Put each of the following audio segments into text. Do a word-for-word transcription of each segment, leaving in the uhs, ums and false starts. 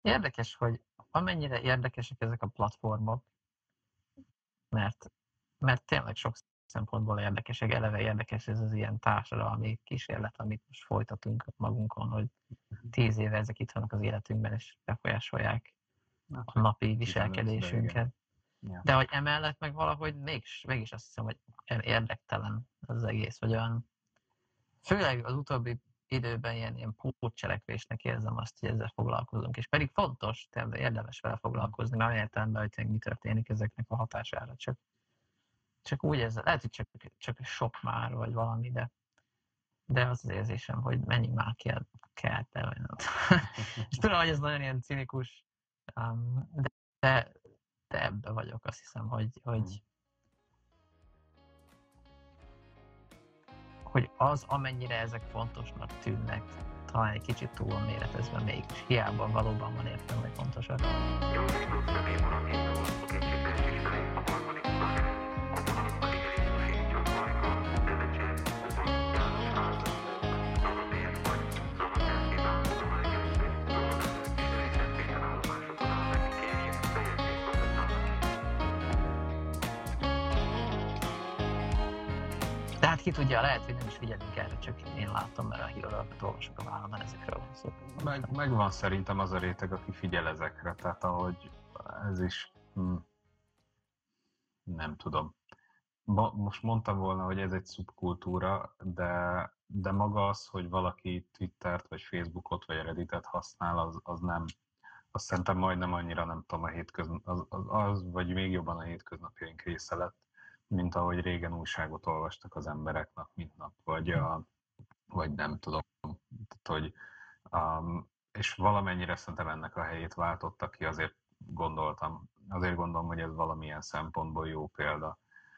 Érdekes, hogy amennyire érdekesek ezek a platformok, mert, mert tényleg sok szempontból érdekesek, eleve érdekes ez az ilyen társadalmi kísérlet, amit most folytatunk magunkon, hogy tíz éve ezek itt vannak az életünkben, és befolyásolják Hát, a napi tizenöt, de viselkedésünket. igen. Ja. De hogy emellett meg valahogy mégis, mégis azt hiszem, hogy érdektelen az egész, vagy olyan, főleg az utóbbi időben ilyen, ilyen pótcselekvésnek érzem azt, hogy ezzel foglalkozunk, és pedig fontos, tehát érdemes vele foglalkozni, mert olyan értelemben, hogy mi történik ezeknek a hatására, csak, csak úgy ez, lehet, hogy csak, csak sok már, vagy valami, de, de az az érzésem, hogy menjünk már ki a kertbe, vagy nem. És tudom, hogy ez nagyon ilyen cinikus, um, de, de, de ebbe vagyok, azt hiszem, hogy, hogy, hogy az, amennyire ezek fontosnak tűnnek, talán egy kicsit túl van méretezve mégis. Hiába valóban van értelme, hogy fontosak. Tehát ki tudja, lehet, hogy nem is figyelünk erre, csak én látom, mert a híradókat olvasok a vállamban, ezekről van szó. Meg, megvan szerintem az a réteg, aki figyel ezekre, tehát ahogy ez is, hm, nem tudom. Ba, most mondtam volna, hogy ez egy szubkultúra, de, de maga az, hogy valaki Twittert, vagy Facebookot, vagy Redditet használ, az, az nem, azt szerintem majdnem annyira, nem tudom, a hétköznap, az, az, az, vagy még jobban a hétköznapjaink része lett, mint ahogy régen újságot olvastak az emberek nap, mint nap, vagy, a, vagy nem tudom, tehát, hogy um, és valamennyire szerintem ennek a helyét váltotta ki, azért gondoltam, azért gondolom, hogy ez valamilyen szempontból jó példa.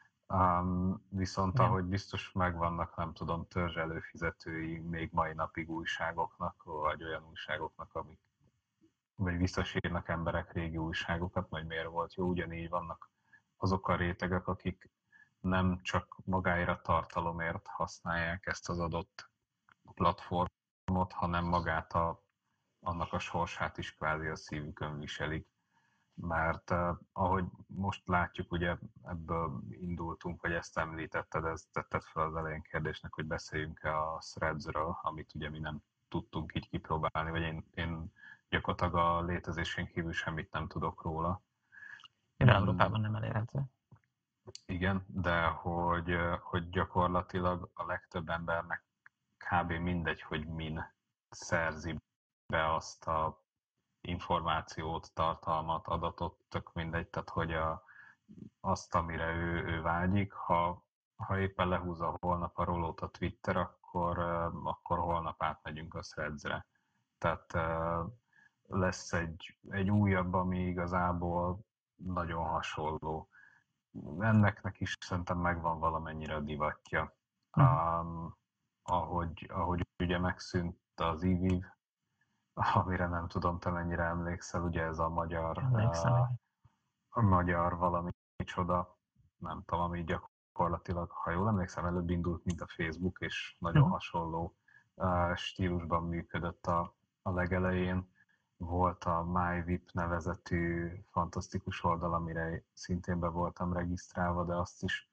Um, viszont Igen. ahogy biztos megvannak, nem tudom, törzs előfizetői még mai napig újságoknak, vagy olyan újságoknak, amik vagy visszasírnak emberek régi újságokat, majd miért volt jó, ugyanígy vannak azok a rétegek, akik nem csak magáért a tartalomért használják ezt az adott platformot, hanem magát a, annak a sorsát is kvázi a szívükön viselik. Mert uh, ahogy most látjuk, ugye ebből indultunk, vagy ezt említetted, ezt tetted fel az elején kérdésnek, hogy beszéljünk-e a Threadsről, amit ugye mi nem tudtunk így kipróbálni, vagy én, én gyakorlatilag a létezésén kívül semmit nem tudok róla. Én Európában nem elérhető. Igen, de hogy, hogy gyakorlatilag a legtöbb embernek kb. Mindegy, hogy min szerzi be azt a információt, tartalmat, adatot, tök mindegy, tehát hogy a, azt, amire ő, ő vágyik, ha, ha éppen lehúzza holnap a rolót a Twitter, akkor, akkor holnap átmegyünk a Threadsre. Tehát lesz egy, egy újabb, ami igazából nagyon hasonló. Ennek is szerintem megvan valamennyire a divatja. Uh-huh. Um, ahogy, ahogy ugye megszűnt az i-vív, amire nem tudom, te mennyire emlékszel, ugye ez a magyar, Emlékszem. uh, a magyar valami csoda, nem tudom, ami gyakorlatilag, ha jól emlékszem, előbb indult, mint a Facebook, és nagyon Uh-huh. hasonló uh, stílusban működött a, a legelején. Volt a MyVip nevezetű fantasztikus oldal, amire szintén be voltam regisztrálva, de azt is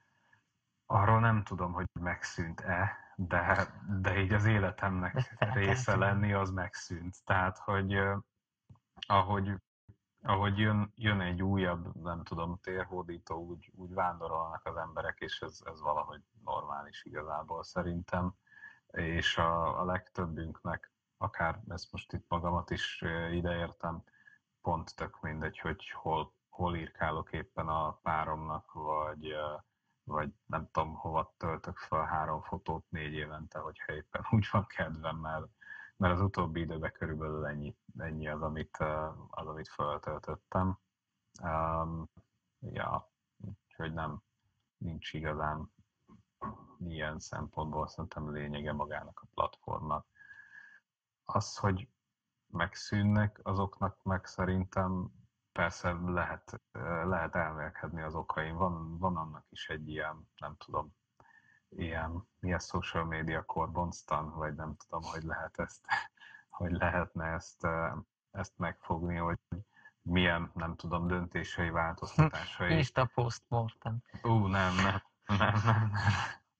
arról nem tudom, hogy megszűnt-e, de, de így az életemnek része lenni, az megszűnt. Tehát, hogy uh, ahogy ahogy jön, jön egy újabb, nem tudom, térhódító, úgy, úgy vándorolnak az emberek, és ez, ez valahogy normális igazából szerintem. És a, a legtöbbünknek, akár ezt most itt magamat is ideértem, pont tök mindegy, hogy hol, hol írkálok éppen a páromnak, vagy, vagy nem tudom, hova töltök fel három fotót négy évente, hogyha éppen úgy van kedvem, mert, mert az utóbbi időben körülbelül ennyi, ennyi az, amit, az, amit feltöltöttem. Um, ja, úgyhogy nem, nincs igazán ilyen szempontból szerintem lényege magának a platformnak. Az, hogy megszűnnek, azoknak meg szerintem persze lehet, lehet elmélkedni az okain. Van, van annak is egy ilyen, nem tudom, ilyen, mi a social media korbonctan, vagy nem tudom, hogy lehet ezt, hogy lehetne ezt, ezt megfogni, hogy milyen, nem tudom, döntései, változtatásai. Insta post-mortem. Ú, nem, nem, nem, nem, nem.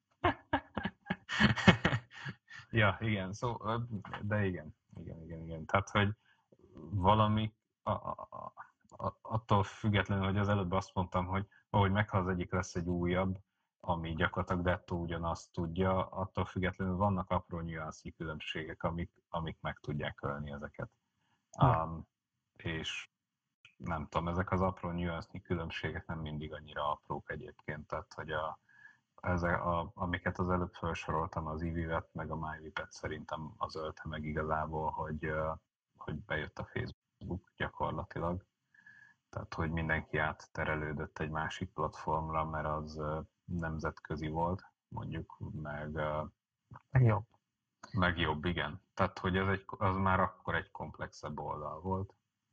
Ja, igen, szó, de igen, igen, igen, igen. Tehát, hogy valami, a, a, a, attól függetlenül, hogy az előbb azt mondtam, hogy ahogy meghal az egyik, lesz egy újabb, ami gyakorlatilag dettó ugyanazt tudja, attól függetlenül vannak apró nüansznyi különbségek, amik, amik meg tudják ölni ezeket. Um, és nem tudom, ezek az apró nüansznyi különbségek nem mindig annyira aprók egyébként, tehát hogy a, ezek, a, amiket az előbb felsoroltam, az iVivet meg a MyVipet szerintem az ölte meg igazából, hogy, hogy bejött a Facebook gyakorlatilag. Tehát, hogy mindenki átterelődött egy másik platformra, mert az nemzetközi volt, mondjuk, meg, meg jobb. Meg jobb, igen. Tehát, hogy ez egy, az már akkor egy komplexebb oldal volt.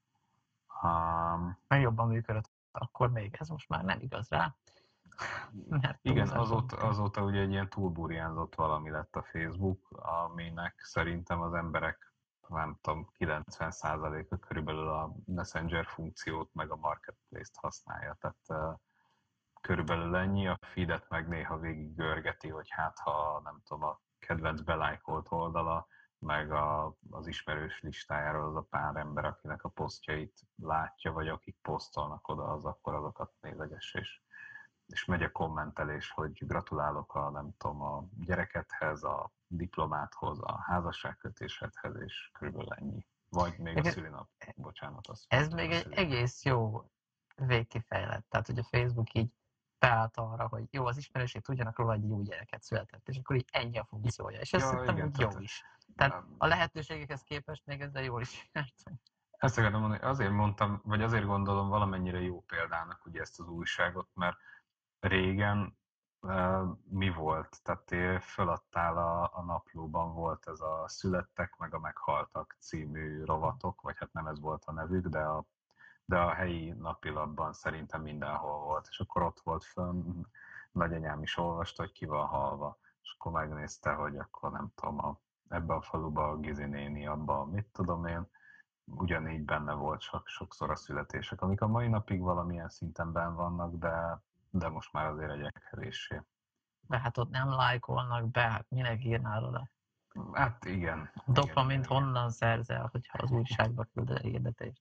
Um, meg jobban működött akkor még, ez most már nem igaz rá. Mert igen, azóta, azóta ugye egy ilyen túlburjánzott valami lett a Facebook, aminek szerintem az emberek, nem tudom, kilencven százaléka körülbelül a Messenger funkciót, meg a Marketplace-t használja. Tehát uh, körülbelül ennyi, a feedet meg néha végig görgeti, hogy hát ha, nem tudom, a kedvenc belájkolt oldala, meg a, az ismerős listájáról az a pár ember, akinek a posztjait látja, vagy akik posztolnak oda, az akkor azokat nézeges, és és megy a kommentelés, hogy gratulálok a, nem tudom, a gyerekedhez, a diplomáthoz, a házasságkötésedhez, és körülbelül ennyi. Vagy még a szülinap, bocsánat. Azt ez még egy egész jó végkifejlet. Tehát, hogy a Facebook így beállt arra, hogy jó, az ismerőség tudjanak róla, hogy egy jó gyereket született, és akkor így ennyi a funkciója. És ez ja, szerintem igen, úgy jó is. Tehát a lehetőségekhez képest még ezzel jól is jártam. Ezt akartam mondani, azért mondtam, vagy azért gondolom valamennyire jó példának ugye ezt az újságot, mert régen uh, mi volt? Tehát te föladtál a, a naplóban, volt ez a Születtek meg a Meghaltak című rovatok, vagy hát nem ez volt a nevük, de a, de a helyi napilapban szerintem mindenhol volt. És akkor ott volt fönn, nagyanyám is olvasta, hogy ki van halva. És akkor megnézte, hogy akkor nem tudom, a, ebbe a faluba a Gizi néni, abba mit tudom én, ugyanígy benne volt sok, sokszor a születések, amik a mai napig valamilyen szinten benn vannak, de de most már azért egyek kevéssé. De hát ott nem lájkolnak be, hát minek írnál oda? Hát igen. Dopamint honnan szerzel, hogyha az újságba küldöd hirdetést?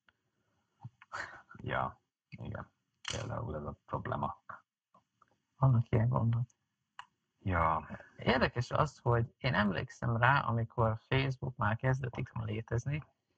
Ja, igen. Például ez a probléma. Vannak ilyen gondok. Ja. Érdekes az, hogy én emlékszem rá, amikor Facebook már kezdett itthon létezni,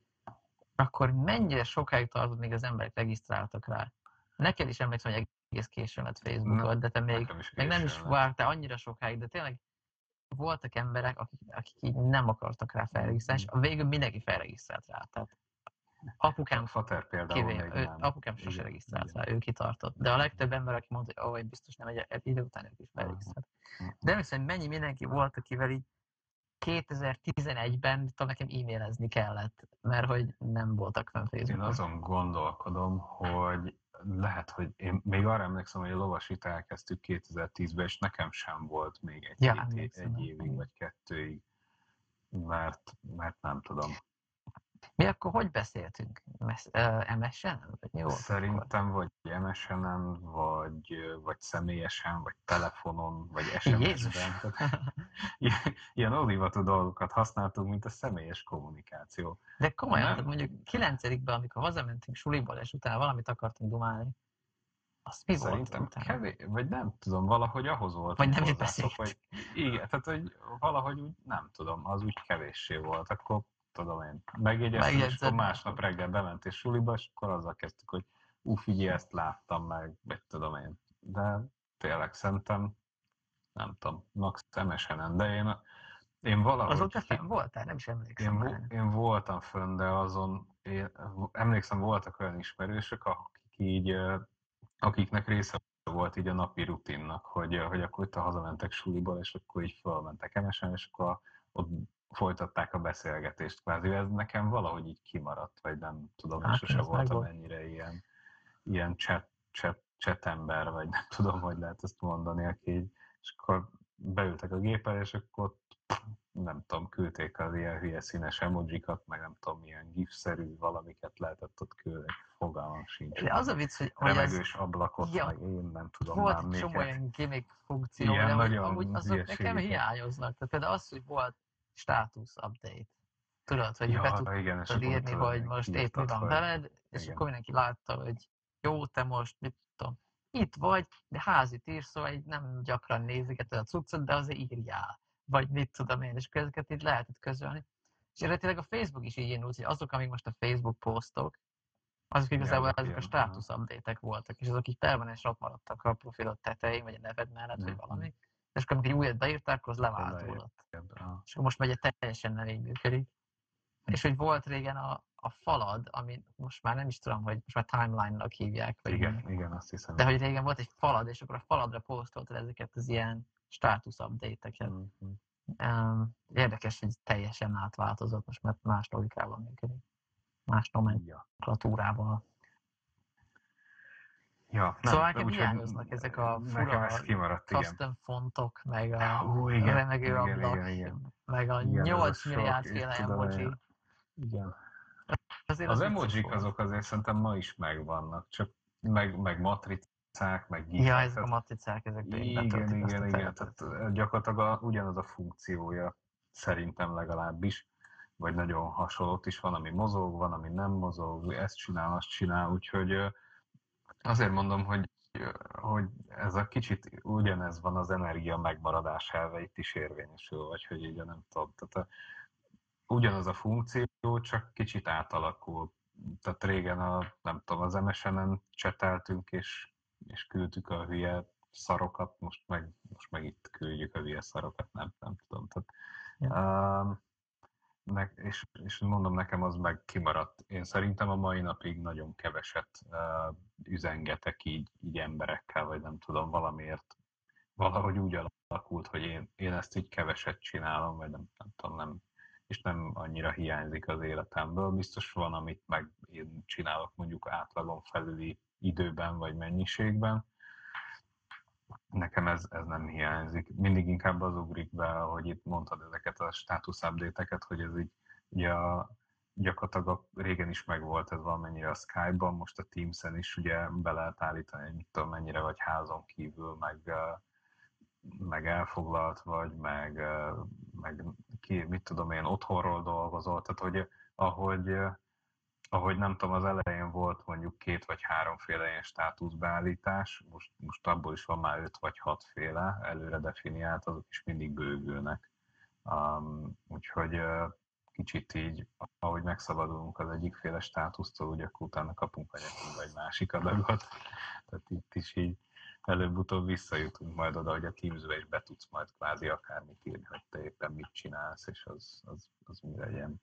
akkor mennyire sokáig tartott, míg az emberek regisztráltak rá. Neked is emlékszem, hogy egész későn lett Facebookot, de te még, még nem is vártál annyira sokáig, de tényleg voltak emberek, akik, akik így nem akartak rá felregisztrálni, és a végül mindenki felregisztrált rá. Tehát apukám, Fater például kivéve, ő, apukám sose regisztrált rá, ő kitartott. De a legtöbb ember, aki mondta, hogy ó, én biztos nem, egy, egy idő után ők is felregisztrált. De emlékszem, hogy mennyi mindenki volt, akivel így kétezer-tizenegyben tudom, nekem e-mailezni kellett, mert hogy nem voltak fenn Facebookon. Én azon gondolkodom, hogy lehet, hogy én még arra emlékszem, hogy a Lovasit elkezdtük kétezer-tízben, és nekem sem volt még egy, ja, hét, egy évig, vagy kettőig, mert, mert nem tudom. Mi akkor hogy beszéltünk? em es en? Vagy mi volt Szerintem akkor? vagy em es en-en, vagy, vagy személyesen, vagy telefonon, vagy es em es-ben. Ilyen ódivatú dolgokat használtunk, mint a személyes kommunikáció. De komolyan, tehát mondjuk kilencedikben, amikor hazamentünk suliból, és utána valamit akartunk dumálni, azt mi Szerintem volt utána? Kevés, vagy nem tudom, valahogy ahhoz volt. Vagy nem is beszéltünk. Hogy, igen, tehát hogy valahogy úgy, nem tudom, az úgy kevéssé volt. Akkor tudom én, megjegyeztem, és akkor másnap reggel bementél suliba, és akkor azzal kezdtük, hogy ú, figyelj, ezt láttam meg, vagy tudom én. De tényleg szerintem, nem tudom, max em es en-en, de én, én valahogy... Azóta fenn voltál? Nem is emlékszem. Én, én voltam fönn, de azon, én, emlékszem, voltak olyan ismerősök, akik így, akiknek része volt így a napi rutinnak, hogy, hogy akkor itt hazamentek suliból, és akkor így felmentek em es en, és akkor ott folytatták a beszélgetést kvázi. Ez nekem valahogy így kimaradt, vagy nem tudom, hát, én sose voltam ennyire ilyen, ilyen chat, chat, chat ember, vagy nem tudom, hogy lehet ezt mondani, aki így, és akkor beültek a géppel, és akkor nem tudom, küldték az ilyen hülye színes emojikat, meg nem tudom, milyen gif-szerű valamiket lehetett ott küldeni, fogalmam sincs. De az a vicc, hogy, hogy ez, Remegős ablakot, ja, meg én nem tudom volt már egy csomó miket. ilyen gimmick funkció, Ilyen de hogy amúgy nagyon azok nekem hülyeségeket. hiányoznak. Tehát például az, hogy volt status update. Tudod, hogy be Ja, tudtad igen, és akkor írni, tudod, hogy még most épp mi kiírtad, van hogy veled, és igen. akkor mindenki látta, hogy jó, te most, mit tudom, itt vagy, de házit írsz, szóval így nem gyakran nézegeted a cuccot, de azért írjál. Vagy mit tudom én, és akkor ezeket itt lehetett közölni. És eredetileg a Facebook is így indult, hogy azok, amik most a Facebook posztok, azok igazából Ja, ezek ilyen, a státusz update-ek voltak, és azok így permanens ott maradtak a profilod tetején, vagy a neved mellett, vagy mm-hmm. valami. És akkor amikor egy újat beírták, akkor az leváltódott. És akkor most megy teljesen nem így működik. És hogy volt régen a, a falad, ami most már nem is tudom, hogy most már timeline-nak hívják. Vagy igen, mi. igen, azt hiszem. De hogy régen volt egy falad, és akkor a faladra posztoltad ezeket az ilyen státusz update-eket. Mm-hmm. Um, érdekes, hogy teljesen átváltozott, most mert más logikával működik. Más nomenklatúrával. Ja, nem, szóval nekem hiányoznak ezek a fura kimaradt, custom igen. fontok, meg a Hú, igen, remegő igen, ablak, igen, igen. meg a igen, nyolc milliárd féle emoji. Igen. Azért az az emojik azok azért szerintem ma is megvannak, csak meg, meg matricák, meg gifek. Ja, ezek a matricák, ezek igen, igen, igen, tehát gyakorlatilag ugyanaz a funkciója szerintem legalábbis, vagy nagyon hasonlót is van, ami mozog, van, ami nem mozog, ezt csinál, azt csinál, úgyhogy azért mondom, hogy, hogy ez a kicsit ugyanez van az energia megmaradás elveit is érvényesül, vagy hogy így nem tudom, tehát a, ugyanaz a funkció, csak kicsit átalakul. Tehát régen a, nem tudom, az em es en-en cseteltünk, és, és küldtük a hülye szarokat, most meg, most meg itt küldjük a hülye szarokat, nem, nem tudom. Tehát, ja. uh, ne, és, és mondom, nekem az meg kimaradt. Én szerintem a mai napig nagyon keveset uh, üzengetek így, így emberekkel, vagy nem tudom, valamiért. Valahogy úgy alakult, hogy én, én ezt így keveset csinálom, vagy nem, nem tudom, nem, és nem annyira hiányzik az életemből. Biztos van, amit meg én csinálok mondjuk átlagon felüli időben vagy mennyiségben. Nekem ez, ez nem hiányzik. Mindig inkább az ugrik be, hogy itt mondtad ezeket a status update-eket, hogy ez így ugye a, gyakorlatilag régen is megvolt ez valamennyire a Skype-ban, most a Teams-en is ugye be lehet állítani, hogy tudom, mennyire vagy házon kívül, meg meg elfoglalt vagy, meg, meg ki, mit tudom én, otthonról dolgozol, tehát hogy ahogy, ahogy nem tudom, az elején volt mondjuk két vagy háromféle ilyen státuszbeállítás, most, most abból is van már öt vagy hatféle előre definiált, azok is mindig bővülnek. Um, úgyhogy kicsit így, ahogy megszabadulunk az egyikféle státusztól, ugye akkor utána kapunk vagy egy másik adagot, tehát itt is így előbb-utóbb visszajutunk majd oda, hogy a Teams-be is be tudsz majd kvázi akármit írni, hogy te éppen mit csinálsz, és az, az, az mi legyen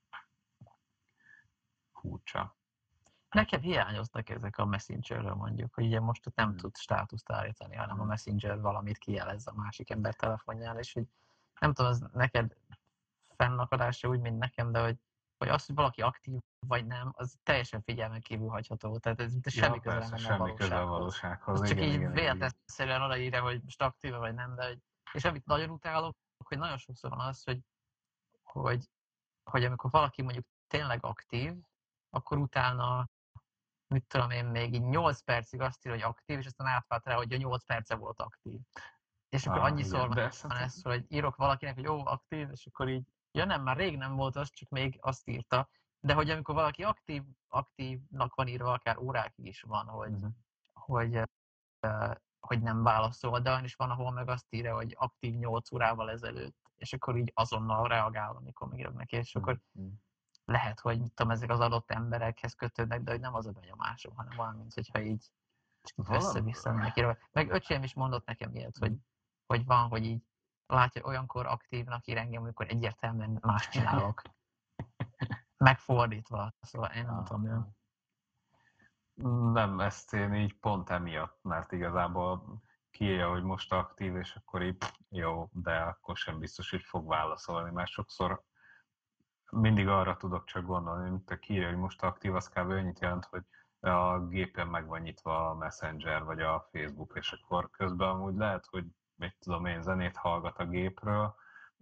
furcsa. Nekem hiányoznak ezek a Messengerről mondjuk, hogy ugye most nem hmm. tud státuszt állítani, hanem hmm. a Messenger valamit kijelez a másik ember telefonján, és hogy nem tudom, az neked fennakadása úgy, mint nekem, de hogy, hogy az, hogy valaki aktív vagy nem, az teljesen figyelmen kívül hagyható. Tehát ez ja, semmi köze nem semmi a valósághoz. A valósághoz. Az csak igen, így igen, véletlenszerűen odaírja, hogy most aktív vagy nem, de hogy, és amit nagyon utálok, hogy nagyon sokszor van az, hogy, hogy, hogy amikor valaki mondjuk tényleg aktív, akkor utána, mit tudom én, még így nyolc percig azt ír, hogy aktív, és aztán átvált rá, hogy a nyolc perce volt aktív. És akkor ah, annyiszor van ez, ez, hogy írok valakinek, hogy jó, aktív, és akkor így, ja nem, már rég nem volt az, csak még azt írta. De hogy amikor valaki aktív, aktívnak van írva, akár órákig is van, hogy, uh-huh. hogy, uh, hogy nem válaszol, de is van, ahol meg azt írja, hogy aktív nyolc órával ezelőtt, és akkor így azonnal reagál, amikor megírok neki, és uh-huh. akkor lehet, hogy mit tudom, ezek az adott emberekhez kötődnek, de hogy nem az a benyomásom, hanem valami, mint hogyha így össze-vissza neki. Meg öcsém is mondott nekem ilyet, hogy, hogy van, hogy így látja, hogy olyankor aktívnak ír engem, amikor egyértelműen más csinálok. Megfordítva, szóval én nem ah, tudom, jön. Nem, ezt én így pont emiatt, mert igazából kiírja, hogy most aktív, és akkor így jó, de akkor sem biztos, hogy fog válaszolni, mert sokszor mindig arra tudok csak gondolni, mint a kiírja, hogy most aktív, az kb. Annyit jelent, hogy a gépen meg van nyitva a Messenger vagy a Facebook, és akkor közben amúgy lehet, hogy mit tudom én, zenét hallgat a gépről,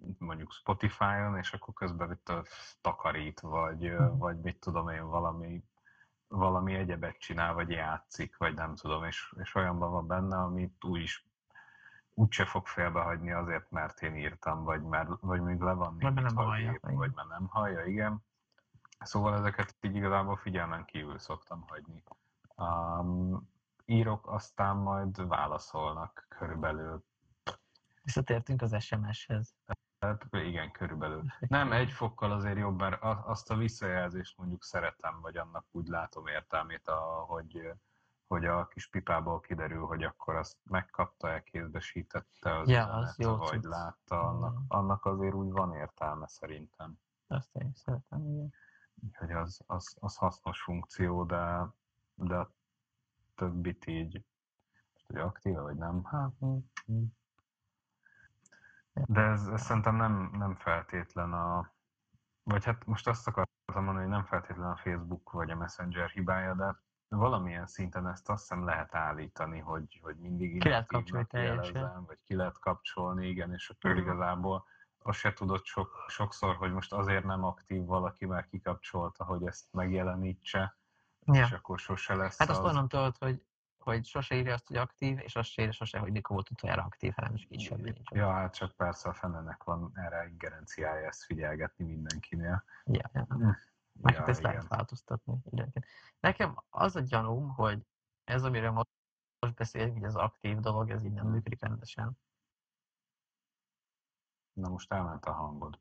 mondjuk Spotify-on, és akkor közben itt takarít, vagy, vagy mit tudom én, valami, valami egyebet csinál, vagy játszik, vagy nem tudom, és, és olyanban van benne, amit úgy is úgyse fog félbehagyni azért, mert én írtam, vagy, mert, vagy még le van némítva a gép, vagy mert nem hallja, igen. Szóval ezeket így igazából figyelmen kívül szoktam hagyni. Um, írok, aztán majd válaszolnak körülbelül. Visszatértünk az es em es-hez. Tehát igen, körülbelül. Nem egy fokkal azért jobb, mert azt a visszajelzést mondjuk szeretem, vagy annak úgy látom értelmét, hogy, hogy a kis pipából kiderül, hogy akkor azt megkapta-e, kézbesítette az ja, üzenet, az jó vagy cucc. látta, annak, annak azért úgy van értelme szerintem. Azt én szeretem, igen. Úgyhogy az, az, az hasznos funkció, de, de a többit így, hogy aktíve vagy nem, hát... De ez, ez szerintem nem, nem feltétlen a... Vagy hát most azt akartam mondani, hogy nem feltétlen a Facebook vagy a Messenger hibája, de valamilyen szinten ezt azt hiszem lehet állítani, hogy, hogy mindig inaktívnak jelezem, vagy ki lehet kapcsolni, igen, és akkor igazából azt se tudod sok, sokszor, hogy most azért nem aktív valaki, mert kikapcsolta, hogy ezt megjelenítse, ja. És akkor sose lesz hát az. Hát azt onnan tudod, hogy hogy sose írja azt, hogy aktív, és azt se írja sose, hogy mikor volt utoljára aktív, hanem csak így semmi nincs. Ja, hát csak persze a fenenek van erre ingerenciája ezt figyelgetni mindenkinél. Ja, ja. Meg ja, ezt lehet változtatni időnként. Nekem az a gyanúm, hogy ez, amiről most beszélünk, hogy az aktív dolog, ez így nem hmm. működik rendesen. Na most elment a hangod.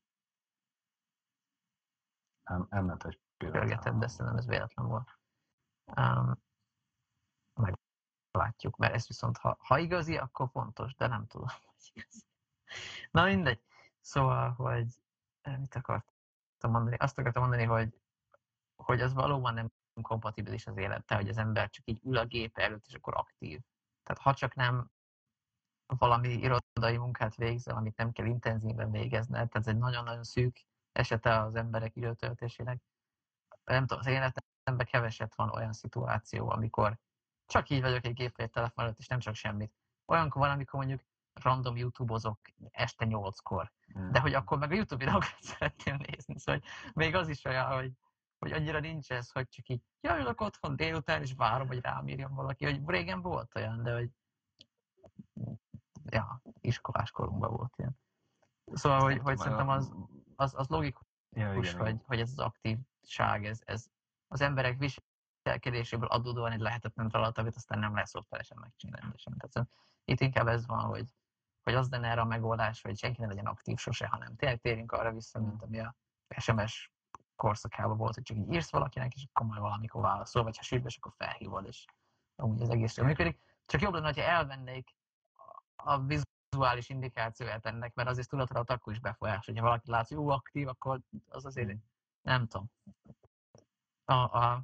El, elment egy pillanat. Görgetett, de szerintem ez véletlen volt. Um, meg látjuk, mert ez viszont, ha, ha igazi, akkor fontos, de nem tudom, hogy igazi. Na mindegy. Szóval, hogy mit akartam mondani? Azt akartam mondani, hogy, hogy az valóban nem kompatibilis az élettel, hogy az ember csak így ül a gép előtt, és akkor aktív. Tehát ha csak nem valami irodai munkát végzel, amit nem kell intenzíven végezned, tehát ez egy nagyon-nagyon szűk esete az emberek időtöltésének. Nem tudom, az életemben keveset van olyan szituáció, amikor csak így vagyok egy gép vagy egy telefon előtt, és nem csak semmit. Olyankor van, amikor mondjuk random YouTube-ozok este nyolckor, de hogy akkor meg a YouTube videókat szeretném nézni, szóval még az is olyan, hogy, hogy annyira nincs ez, hogy csak így jajlok otthon délután, és várom, hogy rám írjon valaki, hogy régen volt olyan, de hogy ja, iskolás korunkban volt ilyen. Szóval, hogy, hogy szerintem az, az, az logikus, ja, igen, hogy, igen. hogy ez az aktívság, ez, ez az emberek viselkedéséből adódóan egy lehetetlen feladat, amit aztán nem lesz szoftveresen megcsinálni rendesen. Tehát itt inkább ez van, hogy, hogy az lenne erre a megoldás, hogy senki ne legyen aktív sose, hanem tényleg térjünk arra vissza, mint ami a es em es korszakában volt, hogy csak így írsz valakinek, és akkor majd valamikor válaszol, vagy ha sürgős, akkor felhívod, és amúgy az egész jól működik. Csak jobb lenne, ha elvennék a vizuális indikációját ennek, mert azért tudatalatt akkor is befolyás, hogyha valaki látsz, hogy jó, aktív, akkor az azért, nem tudom, a, a,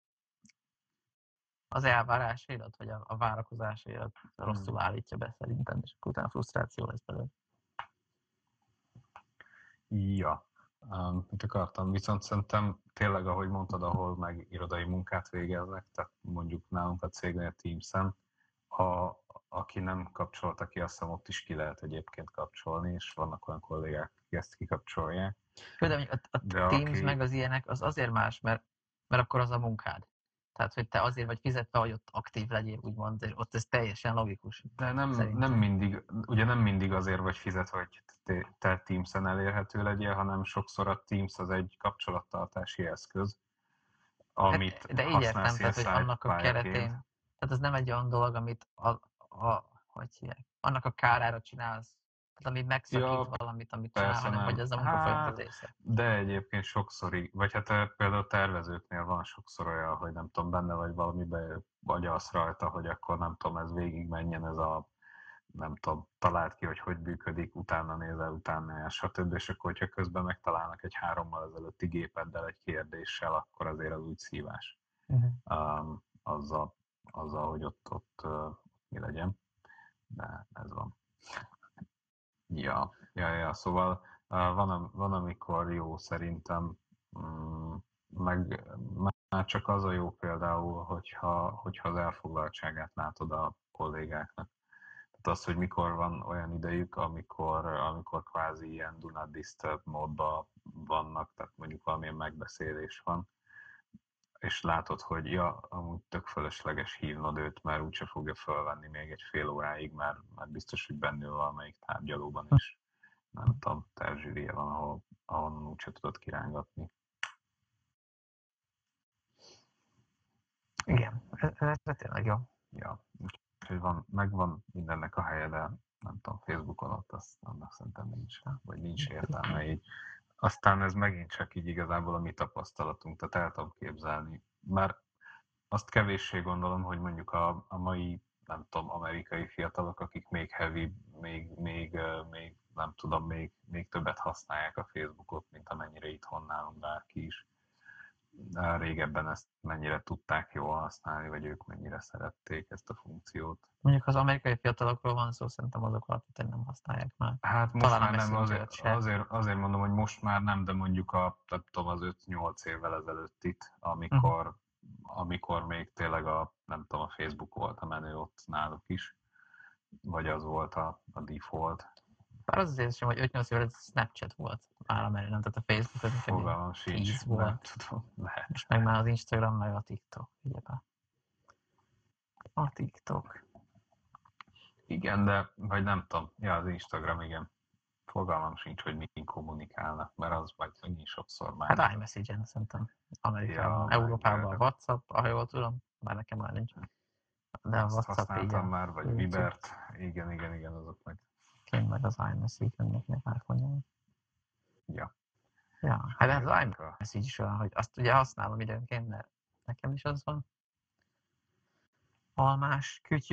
az elvárásaidat, vagy a, a várakozásaidat rosszul állítja be szerintem, és akkor utána frusztráció lesz belőle. Ja, um, mit akartam, viszont szerintem tényleg, ahogy mondtad, ahol meg irodai munkát végeznek, tehát mondjuk nálunk a cégnél Teams-en, a, aki nem kapcsolta ki, azt hiszem ott is ki lehet egyébként kapcsolni, és vannak olyan kollégák, akik ezt kikapcsolják. Jó, de a, a de Teams aki... meg az ilyenek, az azért más, mert, mert akkor az a munkád. Tehát, hogy te azért vagy fizetve, hogy ott aktív legyél, úgymond, és ott ez teljesen logikus. De nem, nem mindig, ugye nem mindig azért vagy fizetve, hogy te, te Teams-en elérhető legyél, hanem sokszor a Teams az egy kapcsolattartási eszköz, amit hát, de így értem, tehát, hogy annak a keretén, tehát ez nem egy olyan dolog, amit a, a, hogy hívják, annak a kárára csinálsz, tehát ami megszakít ja, valamit, amit csinál, hanem hogy ez a munka folyamat része. De egyébként sokszor, vagy hát például tervezőknél van sokszor olyan, hogy nem tudom, benne vagy valamiben agyalsz rajta, hogy akkor nem tudom, ez végig menjen ez a, nem tudom, talált ki, hogy hogy működik, utána nézel, utána stb. És akkor, hogyha közben megtalálnak egy hárommal ezelőtti gépeddel egy kérdéssel, akkor azért az úgy szívás. Uh-huh. Um, azzal, azzal, hogy ott, ott uh, mi legyen. De ez van. Ja, ja, ja, szóval uh, van, van, amikor jó szerintem, um, meg már csak az a jó például, hogyha, hogyha az elfoglaltságát látod a kollégáknak. Tehát az, hogy mikor van olyan idejük, amikor, amikor kvázi ilyen do not disturb módban vannak, tehát mondjuk valamilyen megbeszélés van, és látod, hogy ja, amúgy tök fölösleges hívnod őt, mert úgyse fogja fölvenni még egy fél óráig, mert, mert biztos, hogy bennül valamelyik tárgyalóban is, nem tudom, terzsűrije van, ahol, ahonnan úgyse tudod kirángatni. Igen, ez, ez tényleg jó. Ja, úgyhogy van, megvan mindennek a helye, de nem tudom, Facebookon ott azt, annak szerintem nincs, vagy nincs értelme így. Aztán ez megint csak így igazából a mi tapasztalatunk, tehát el tudom képzelni. Már azt kevéssé gondolom, hogy mondjuk a, a mai, nem tudom, amerikai fiatalok, akik még heavy, még, még, még nem tudom, még, még többet használják a Facebookot, mint amennyire itthon nálunk bárki is. De régebben ezt mennyire tudták jól használni, vagy ők mennyire szerették ezt a funkciót. Mondjuk az amerikai fiatalokról van szó, szerintem azok alapvetően nem használják már. Hát most Talán már nem, azért, se. azért, azért mondom, hogy most már nem, de mondjuk a, nem tudom, az öt-nyolc évvel ezelőtt itt, amikor, uh-huh. amikor még tényleg a, nem tudom, a Facebook volt a menő ott náluk is, vagy az volt a, a default. Bár az azért sem, hogy öt-nyolc évvel Snapchat volt már a menő, nem? Tehát a Facebook az Fogalmam sincs, volt. nem tudom, lehet. Most meg már az Instagram, meg a TikTok, ugyebár. A TikTok. Igen, de, vagy nem tudom, ja, az Instagram, igen. Fogalmam sincs, hogy mi kommunikálnak, mert az vagy annyi sokszor már... Hát iMessage-en szerintem Amerikában, ja, Európában a WhatsApp, ha jól tudom, már nekem már nincs. De a azt WhatsApp használtam így már, vagy Vibert, igen, igen, igen, azok meg. Én meg az iMessage mindenkinek iPhone-ján. Ja. Ja, hát az iMessage is olyan, hogy azt ugye használom időnként, mert nekem is az van. Almás kütyű,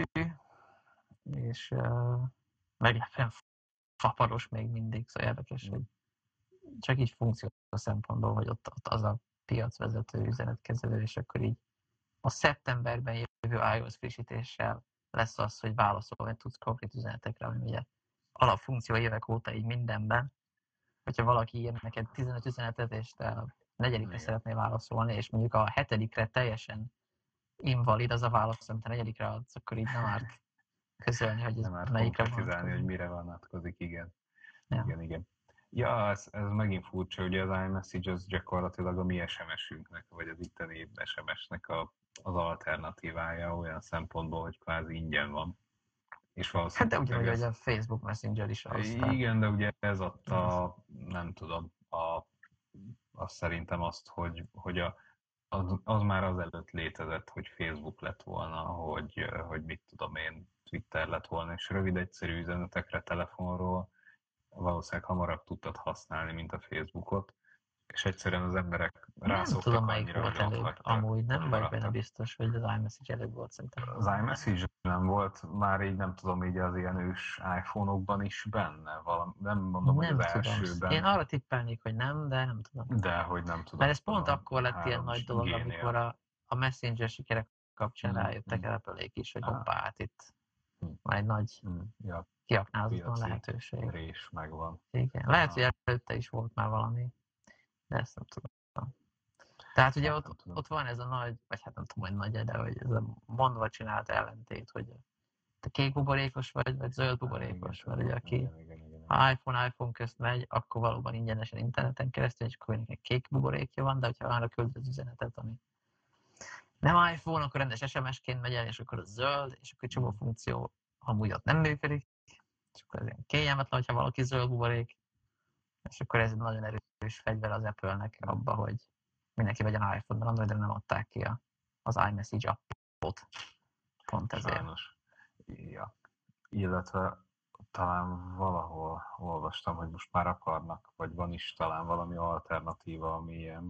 és uh, meglepően faparos még mindig, szóval érdekes, hogy csak így funkció szempontból, hogy ott, ott az a piacvezető üzenetkezelő, és akkor így a szeptemberben jövő iOS frissítéssel lesz az, hogy válaszolni tudsz konkrét üzenetekre, ami ugye alapfunkció évek óta így mindenben. Hogyha valaki ír neked tizenöt üzenetet, és te a negyedikre szeretnél válaszolni, és mondjuk a hetedikre teljesen invalid az a válasz, amit a negyedikre adsz, akkor így nem árt közölni, hogy ez melyikre vonatkozik. hogy mire vonatkozik, igen. Ja. Igen, igen. Ja, ez, ez megint furcsa, ugye az iMessage az gyakorlatilag a mi es em es-ünknek, vagy az itteni es em es-nek a, az alternatívája olyan szempontból, hogy kvázi ingyen van. És hát de ugyanúgy, hogy a Facebook Messenger is az. Igen, de ugye ez adta, nem tudom, a, az szerintem azt, hogy, hogy a, az, az már azelőtt létezett, hogy Facebook lett volna, hogy, hogy mit tudom én, Twitter lett volna, és rövid, egyszerű üzenetekre telefonról valószínűleg hamarabb tudtad használni, mint a Facebookot, és egyszerűen az emberek rászoktak tudom, annyira, volt előbb. Hagytak, amúgy nem vagy benne biztos, hogy az iMessage előbb volt szerintem. Az iMessage nem volt már így, nem tudom, így az ilyen ős iPhone-okban is benne, valami, nem mondom, nem hogy az tudom. Elsőben. Én arra tippelnék, hogy nem, de nem tudom. De, hogy nem tudom. Mert ez pont akkor lett ilyen nagy dolog, G-nél. Amikor a, a Messenger sikerek kapcsán mm, rájöttek mm. Apple-ék is, hogy hoppá, hát itt mm. van egy nagy mm. ja. kiaknázatlan lehetőség. Rés megvan. Igen. Lehet, hogy előtte is volt már valami, de ezt nem tudom. Tehát ugye ott, ott van ez a nagy, vagy hát nem tudom, hogy nagy, de hogy ez a mondva csinált ellentét, hogy te kék buborékos vagy, vagy zöld buborékos, mert ugye aki iPhone, iPhone közt megy, akkor valóban ingyenesen interneten keresztül, és akkor neki kék buborékja van, de hogyha arra küld az üzenetet, ami nem iPhone, akkor rendes es em es-ként megy el, és akkor az zöld, és akkor csomó funkció amúgy ott nem működik, és akkor ez ilyen kényelmetlen, hogyha valaki zöld buborék, és akkor ez egy nagyon erős fegyver az Apple-nek abba, hogy mindenki vegyen iPhone-ban, Androidra nem adták ki a, az iMessage appot. Pont ezért. Sajnos. Ja. Illetve talán valahol olvastam, hogy most már akarnak, vagy van is talán valami alternatíva, ami ilyen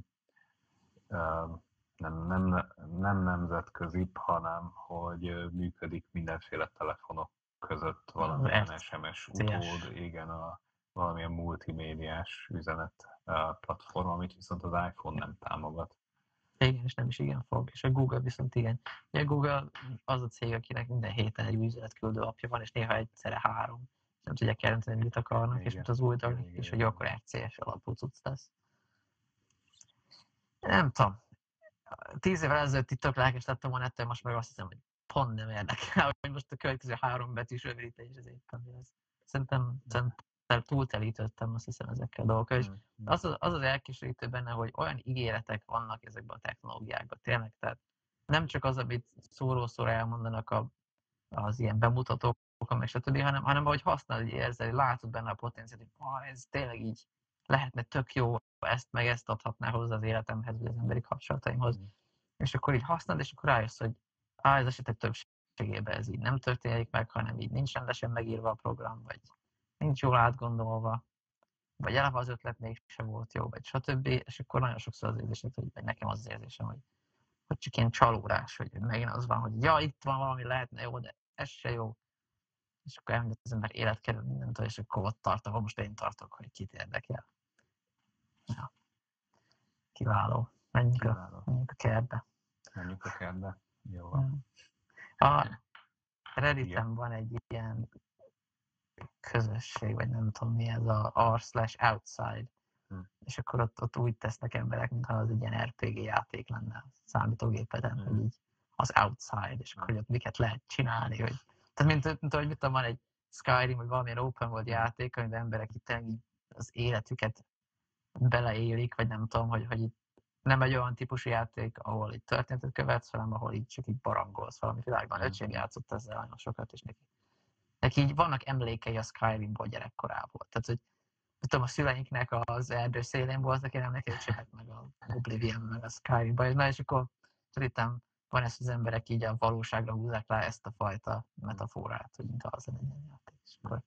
uh, nem, nem, nem nemzetközi, hanem hogy működik mindenféle telefonok között valamilyen es em es utód, igen, a valamilyen multimédiás üzenet platform, amit viszont az iPhone nem támogat. Igen, és nem is igen fog, és a Google viszont igen. Ugye a Google az a cég, akinek minden héten egy új üzenetküldő appja van, és néha egyszerre három. És nem tudják jelenteni, mit akarnak, igen, és mint az új dolog, és hogy akkor er cé es alapú cucc lesz. Nem tudom. Tíz évvel ezelőtt itt tök lelkes lettem volna ettől, most meg azt hiszem, hogy pont nem érdekel, hogy most a következő három betűs rövidítés az éppen mi az. Szerintem, szerintem túltelítettem, azt hiszem, ezekkel a dolgokkal. És az az, az az elkísérítő benne, hogy olyan ígéretek vannak ezekben a technológiákban, tényleg, tehát nem csak az, amit szóról-szóra elmondanak a, az ilyen bemutatók, meg stb., hanem, hanem ahogy használod, hogy érzel, látod benne a potenciált, hogy ah, ez tényleg így lehetne tök jó, ezt meg ezt adhatná hozzá az életemhez, vagy az emberi kapcsolataimhoz. Mm. És akkor így használod, és akkor rájössz, hogy á, ez esetek többségében ez így nem történik meg, hanem így nincs rendesen megírva a program, vagy nincs jól átgondolva, vagy eleve az ötlet mégsem volt jó, vagy stb. És akkor nagyon sokszor az érzésed, hogy vagy nekem az, az érzésem, hogy, hogy csak ilyen csalódás, hogy megint az van, hogy ja, itt van valami, lehetne jó, de ez se jó. És akkor elmegy az ember élet kerül mindentől, és akkor ott tart, ahol most én tartok, hogy kit érdekel. Ja. Kiváló. Menjünk, Kiváló. A, menjünk a kertbe. Menjünk a kertbe. Jó. A Redditen van egy ilyen közösség, vagy nem tudom mi ez, a r slash outside. Hm. És akkor ott, ott úgy tesznek emberek, mintha az egy ilyen er pé gé játék lenne a számítógépeden, hm. hogy így az outside, és hm. akkor hogy ott miket lehet csinálni, hogy tehát mint, mint hogy mit tudom, van egy Skyrim, vagy valamilyen open world játék, amiben emberek itt így az életüket beleélik, vagy nem tudom, hogy, hogy itt nem egy olyan típusú játék, ahol itt történetet követsz, hanem ahol így csak így barangolsz valami világban. Öcsém játszott ezzel nagyon sokat, és neki, neki így vannak emlékei a Skyrimból gyerekkorából. Tehát, hogy tudom, a szüleinknek az erdő szélén voltak, én emlékezéseket meg a Oblivion, meg a Skyrimban. Na, és akkor szerintem van ezt az emberek így a valóságra húzzák le ezt a fajta metaforát, hogy mintha az egy ilyen játék. És akkor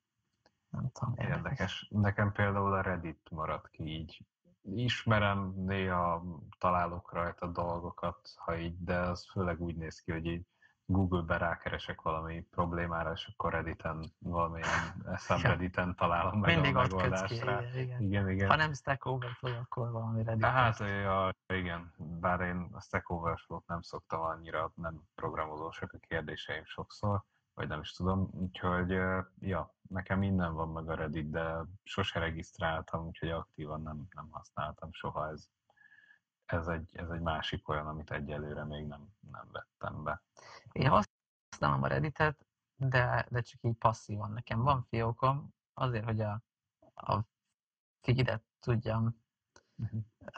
nem tudom, érdekes. érdekes. Nekem például a Reddit maradt ki így. Ismerem, néha találok rajta dolgokat, ha így, de az főleg úgy néz ki, hogy így Google-ben rákeresek valami problémára, és akkor Redditen, valamilyen subredditen találom meg mindig a megoldást ki, rá. Igen, igen. igen, igen. Ha nem Stack Overflow, akkor valami Reddit. Hát, ja, igen, bár én a Stack Overflow-t nem szoktam annyira, nem programozósak a kérdéseim sokszor, vagy nem is tudom, úgyhogy ja, nekem minden van meg a Reddit, de sose regisztráltam, úgyhogy aktívan nem, nem használtam soha. Ez, ez, egy, ez egy másik olyan, amit egyelőre még nem, nem vettem be. Én használom a Redditet, de, de csak így passzívan. Nekem van fiókom, azért, hogy a, a feedet tudjam uh-huh.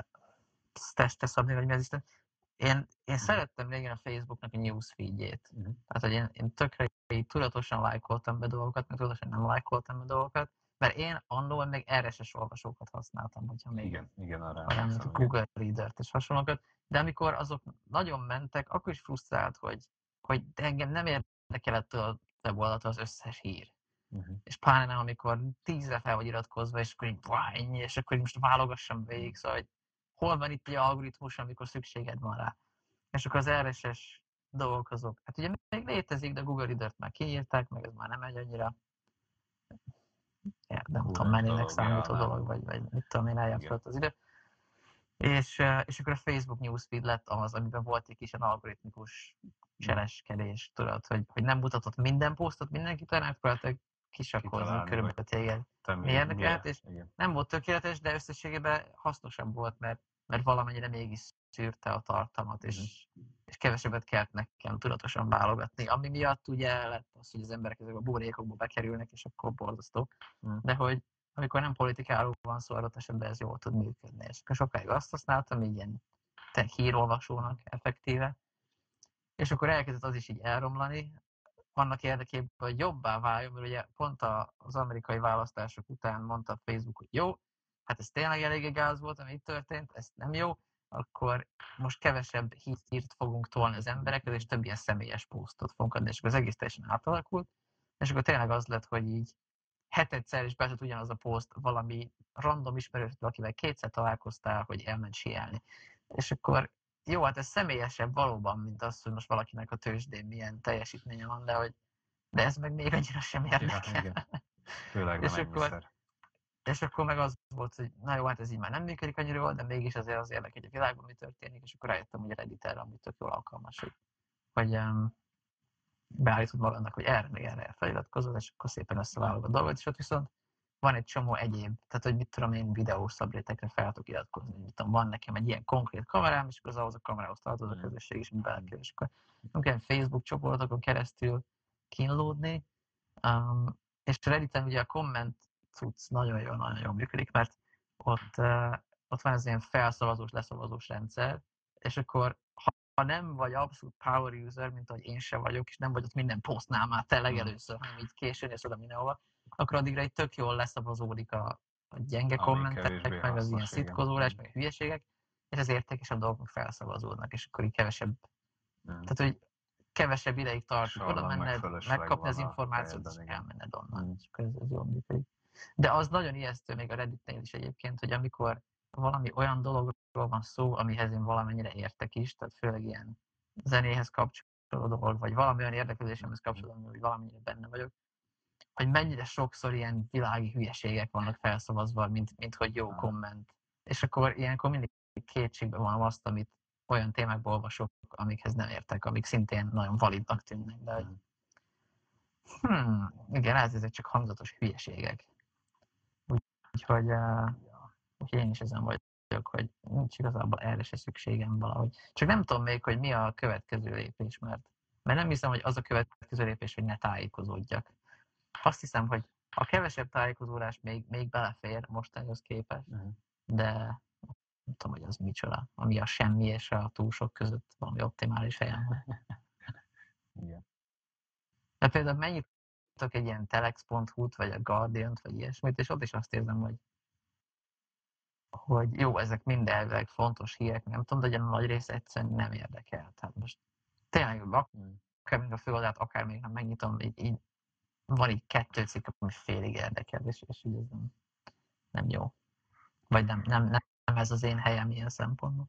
testre szabni, vagy mi az Isten. Én, én uh-huh. szerettem régen a Facebooknak a newsfeedjét. Uh-huh. Tehát, hogy én, én tökre így tudatosan lájkoltam be dolgokat, meg tudatosan nem lájkoltam be dolgokat, mert én annól még er es es olvasókat használtam, hogyha még igen, igen, arra a Google Reader-t és hasonlókat. De amikor azok nagyon mentek, akkor is frusztrált, hogy, hogy engem nem érdekelett a weboldaltól az összes hír. Uh-huh. És pláne nem, amikor tízre fel vagy iratkozva, és akkor így, ennyi, és akkor így most válogassam végig, szóval, hogy hol van itt egy algoritmus, amikor szükséged van rá. És akkor az er es es dolgok azok. Hát ugye még létezik, de Google Reader-t már kiírták, meg ez már nem egy annyira ja, nem Hú, tudom, mennének számító dolog, vagy, vagy mit tudom én, eljátszott az idő. És, és akkor a Facebook newsfeed lett az, amiben volt egy kis algoritmikus cseleskedés, tudod, hogy, hogy nem mutatott minden posztot mindenkit, hanem próbáltak kisakkozni körülbelül téged. Mi érdekelt, és igen. Nem volt tökéletes, de összességében hasznosabb volt, mert, mert valamennyire mégis szűrte a tartalmat, és, mm. és kevesebbet kellett nekem tudatosan válogatni, ami miatt ugye lett az, hogy az emberek ezek a buborékokba bekerülnek, és akkor borzasztó. Mm. De hogy amikor nem politikáról van szó, adott esetben ez jól tud működni. És akkor sokáig azt használtam, így ilyen hírolvasónak effektíve. És akkor elkezdett az is így elromlani, annak érdekében, hogy jobbá váljon, mert ugye pont az amerikai választások után mondta a Facebook, hogy jó, hát ez tényleg eléggé gáz volt, ami itt történt, ez nem jó, akkor most kevesebb hírt fogunk tolni az emberekhez, és több ilyen személyes posztot fogunk adni, és akkor az egész teljesen átalakult, és akkor tényleg az lett, hogy így hetedszer is betett ugyanaz a poszt valami random ismerőstől, akivel kétszer találkoztál, hogy elment síelni. És akkor jó, hát ez személyesebb valóban, mint az, hogy most valakinek a tőzsdén milyen teljesítménye van, de, hogy, de ez meg még annyira sem érdekel. Ja, főleg nem és, akkor, és akkor meg az volt, hogy na jó, hát ez így már nem működik annyira jól, de mégis azért az érdekel, hogy a világban mi történik, és akkor rájöttem, hogy a Reddit erre amúgy tök jól alkalmas, hogy, hogy um, beállítod magadnak, hogy erre meg erre feliratkozol, és akkor szépen összevállod a dolgot, és ott viszont van egy csomó egyéb, tehát hogy mit tudom én, videós szabrétekre fel tudok iratkozni. Mit tudom, van nekem egy ilyen konkrét kamerám, és akkor az ahhoz a kamerához tartoz a közösség is, amit belekerül. És akkor nem kell Facebook csoportokon keresztül kínlódni. Um, és Redditen ugye a komment cucc nagyon jól, nagyon jól működik, mert ott, uh, ott van ez ilyen felszavazós, leszavazós rendszer, és akkor ha, ha nem vagy abszolút power user, mint ahogy én se vagyok, és nem vagy ott minden posztnál már te legelőször, hanem így későn és oda mindenhova, akkor addigra egy tök jól leszavazódik a, a gyenge Ami kommentek, kevésbé meg az ilyen hasznos, igen. szitkozólás, meg a hülyeségek, és az értékesebb dolgok felszavazódnak, és akkor így kevesebb, Mm. tehát hogy kevesebb ideig tart, Sorban oda meg menned, fölösleg megkapni az van a információt, fejedben, és igen. elmenned onnan. Mm. És akkor ez, ez jól működik. De az nagyon ijesztő még a Redditnél is egyébként, hogy amikor valami olyan dologról van szó, amihez én valamennyire értek is, tehát főleg ilyen zenéhez kapcsolódó dolog, vagy valami olyan érdeklődésemhez kapcsolódó, hogy valamennyire benne vagyok, hogy mennyire sokszor ilyen világi hülyeségek vannak felszavazva, mint, mint hogy jó komment. És akkor ilyenkor mindig kétségbe vonom azt, amit olyan témákból olvasok, amikhez nem értek, amik szintén nagyon validnak tűnnek, de hogy hmm, igen, ez ezek csak hangzatos hülyeségek. Úgyhogy, uh, úgyhogy én is ezen vagyok, hogy nincs igazából erre se szükségem valahogy. Csak nem tudom még, hogy mi a következő lépés, mert, mert nem hiszem, hogy az a következő lépés, hogy ne tájékozódjak. Azt hiszem, hogy a kevesebb tájékozódás még, még belefér mostanihoz képest, de nem tudom, hogy az micsoda, ami a semmi és a túl sok között valami optimális helyen van. Igen. De például mennyit tudok egy ilyen telex pont hu-t, vagy a Guardian-t, vagy ilyesmit, és ott is azt érzem, hogy, hogy jó, ezek mind elvileg fontos hírek, nem tudom, de a nagy része egyszerűen nem érdekel. Tehát most tényleg akár még a főoldalt, akár még nem megnyitom, így, így van így kettő cikk, ami félig érdekel, és, és így ez nem, nem jó. Vagy nem, nem, nem, nem ez az én helyem ilyen szempontból.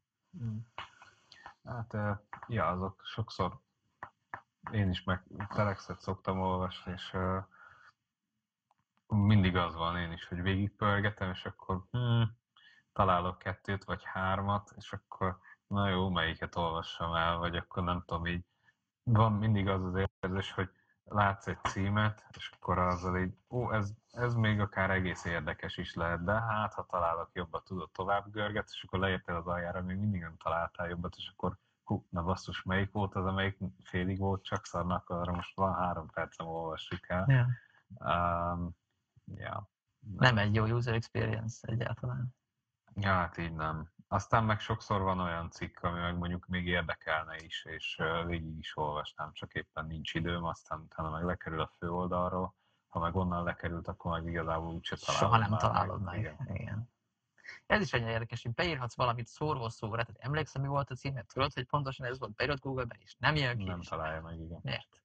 Hát, ja, azok sokszor én is meg telexet szoktam olvasni, és uh, mindig az van én is, hogy végigpörgetem, és akkor hmm, találok kettőt vagy hármat, és akkor na jó, melyiket olvassam el, vagy akkor nem tudom, így van mindig az az érzés, hogy látsz egy címet, és akkor azzal így, ó, ez, ez még akár egész érdekes is lehet, de hát, ha találok jobbat, tudod, tovább görgetsz, és akkor leértél az aljára, még mindig nem találtál jobbat, és akkor hú, na basszus, melyik volt az, amelyik félig volt, csak szarnak, arra most van három percem, olvassuk el. Yeah. Um, yeah. Nem egy jó user experience egyáltalán. Ja, hát így nem. Aztán meg sokszor van olyan cikk, ami meg mondjuk még érdekelne is, és végig is olvasnám, csak éppen nincs időm, aztán utána meg lekerül a főoldalról, ha meg onnan lekerült, akkor meg igazából úgyse találod Soha nem már találod meg. meg. meg. Igen. Igen. Ez is olyan érdekes, hogy beírhatsz valamit szóról szóra, tehát emlékszem, mi volt a címe, tudod, hogy pontosan ez volt, beírod Google-ben is, nem jön ki. Nem is. találja meg, igen. Miért?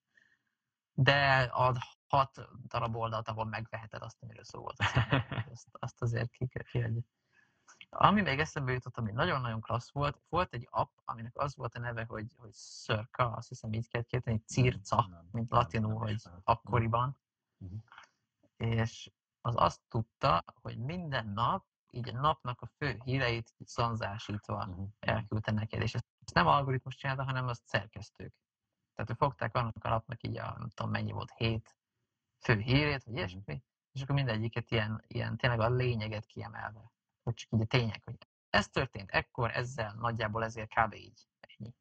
De ad hat darab oldalt, ahol megveheted azt, amiről szó volt. Azt, azt azért kiadja. Ami még eszembe jutott, ami nagyon-nagyon klassz volt, volt egy app, aminek az volt a neve, hogy, hogy Circa, azt hiszem így kell kérteni, Circa, nem, mint latinul, hogy ismerem. Akkoriban. Uh-huh. És az azt tudta, hogy minden nap, így a napnak a fő híreit szanzásítva uh-huh. elküldte neked. És ezt nem algoritmus csinálta, hanem azt szerkesztők. Tehát, hogy fogták annak a napnak így a, nem tudom mennyi volt, hét fő hírét, vagy ilyesmi, uh-huh. és akkor mindegyiket ilyen, ilyen tényleg a lényeget kiemelve. Hogy csak így a tények, hogy ez történt ekkor, ezzel, nagyjából ezért kb. Így, ennyi.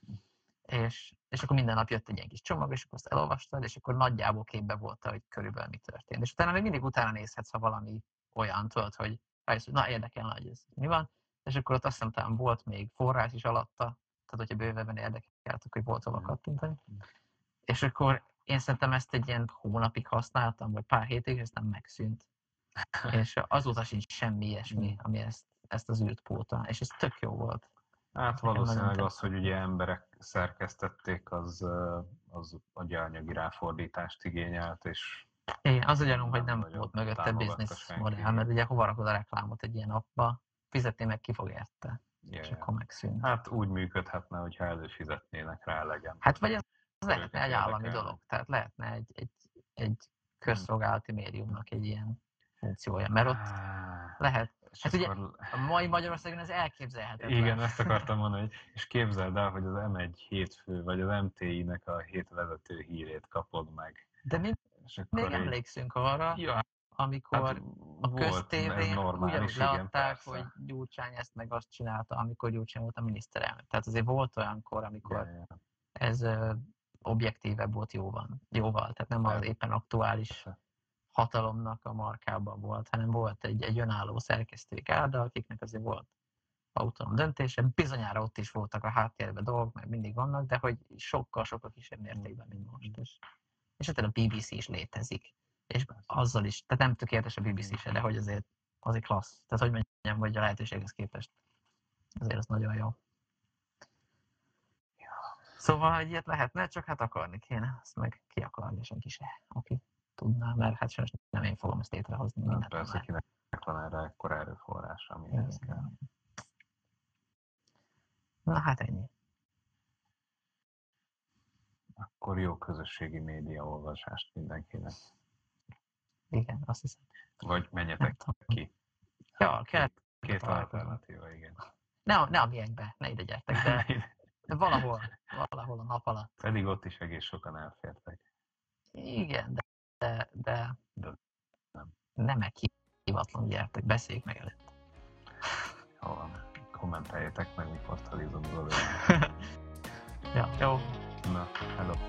És, és akkor minden nap jött egy ilyen kis csomag, és akkor azt elolvastad, és akkor nagyjából képbe volt, hogy körülbelül mi történt. És utána még mindig utána nézhetsz, ha valami olyan, tudod, hogy rájössz, hogy na érdekelne, hogy ez mi van, és akkor ott azt hiszem talán volt még forrás is alatta, tehát hogyha bővebben érdekeltek, hogy volt hova kattintani. És akkor én szerintem ezt egy ilyen hónapig használtam, vagy pár hétig, és aztán megszűnt. És azóta sincs semmi ilyesmi, ami ezt, ezt az űrt póta, és ez tök jó volt. Hát valószínűleg az, hogy ugye emberek szerkesztették, az, az agyanyagi ráfordítást igényelt, és... Igen, az a gyanúm, hogy nem volt mögötte business modell, mert ugye hova rakod a reklámot egy ilyen appba, fizetni meg ki fog érte, yeah, és akkor megszűnt. Hát úgy működhetne, hogyha előfizetnének rá legyen. Hát vagy ez, ez lehetne egy állami dolog, tehát lehetne egy, egy, egy közszolgálati médiumnak egy ilyen funkciója, mert ott lehet. Hát ugye a mai Magyarországon ez elképzelhetetlen. Igen, ezt akartam mondani, hogy és képzeld el, hogy az em egy hétfő, vagy az em té i-nek a hét vezető hírét kapod meg. De mi még így... emlékszünk arra. Ja, amikor Hát a volt, ez köztévén normális, ugyanúgy igen, leadták, persze. hogy Gyurcsány ezt meg azt csinálta, amikor Gyurcsány volt a miniszterelnök. Tehát azért volt olyankor, amikor Ja, ja. ez ö, objektívebb volt jóval, jóval. Tehát nem az Persze. éppen aktuális hatalomnak a markában volt, hanem volt egy, egy önálló szerkesztői gárda, akiknek azért volt autonóm döntése. Bizonyára ott is voltak a háttérben dolgok, mert mindig vannak, de hogy sokkal-sokkal kisebb mértékben, mint most. És, és hát a bé bé cé is létezik. És azzal is, tehát nem tökéletes a bé bé cé se, de hogy azért, azért klassz. Tehát hogy mondjam, hogy a lehetőséghez képest azért az nagyon jó. Szóval egy ilyet lehetne, csak hát akarni kéne, azt meg ki akarni senki se, aki tudná, mert hát sajnos nem én fogom ezt létrehozni. Nem, mindent persze, nem kinek van erre ekkora erőforrása, ami ehhez kell. Na hát ennyi. Akkor jó közösségi média olvasást mindenkinek. Igen, azt hiszem. Vagy menjetek ki. Ja, kell. Két alternatíva, igen. Ne, ne a miénkbe, ne ide gyertek, de, de valahol, valahol a nap alatt. Pedig ott is egész sokan elfértek. Igen, de, de, de, de nem. nem meghivatlanul gyertek, beszéljük meg előtt. Jó van, kommenteljétek meg, mikor talizom belőle. Ja, jó. Na, hello.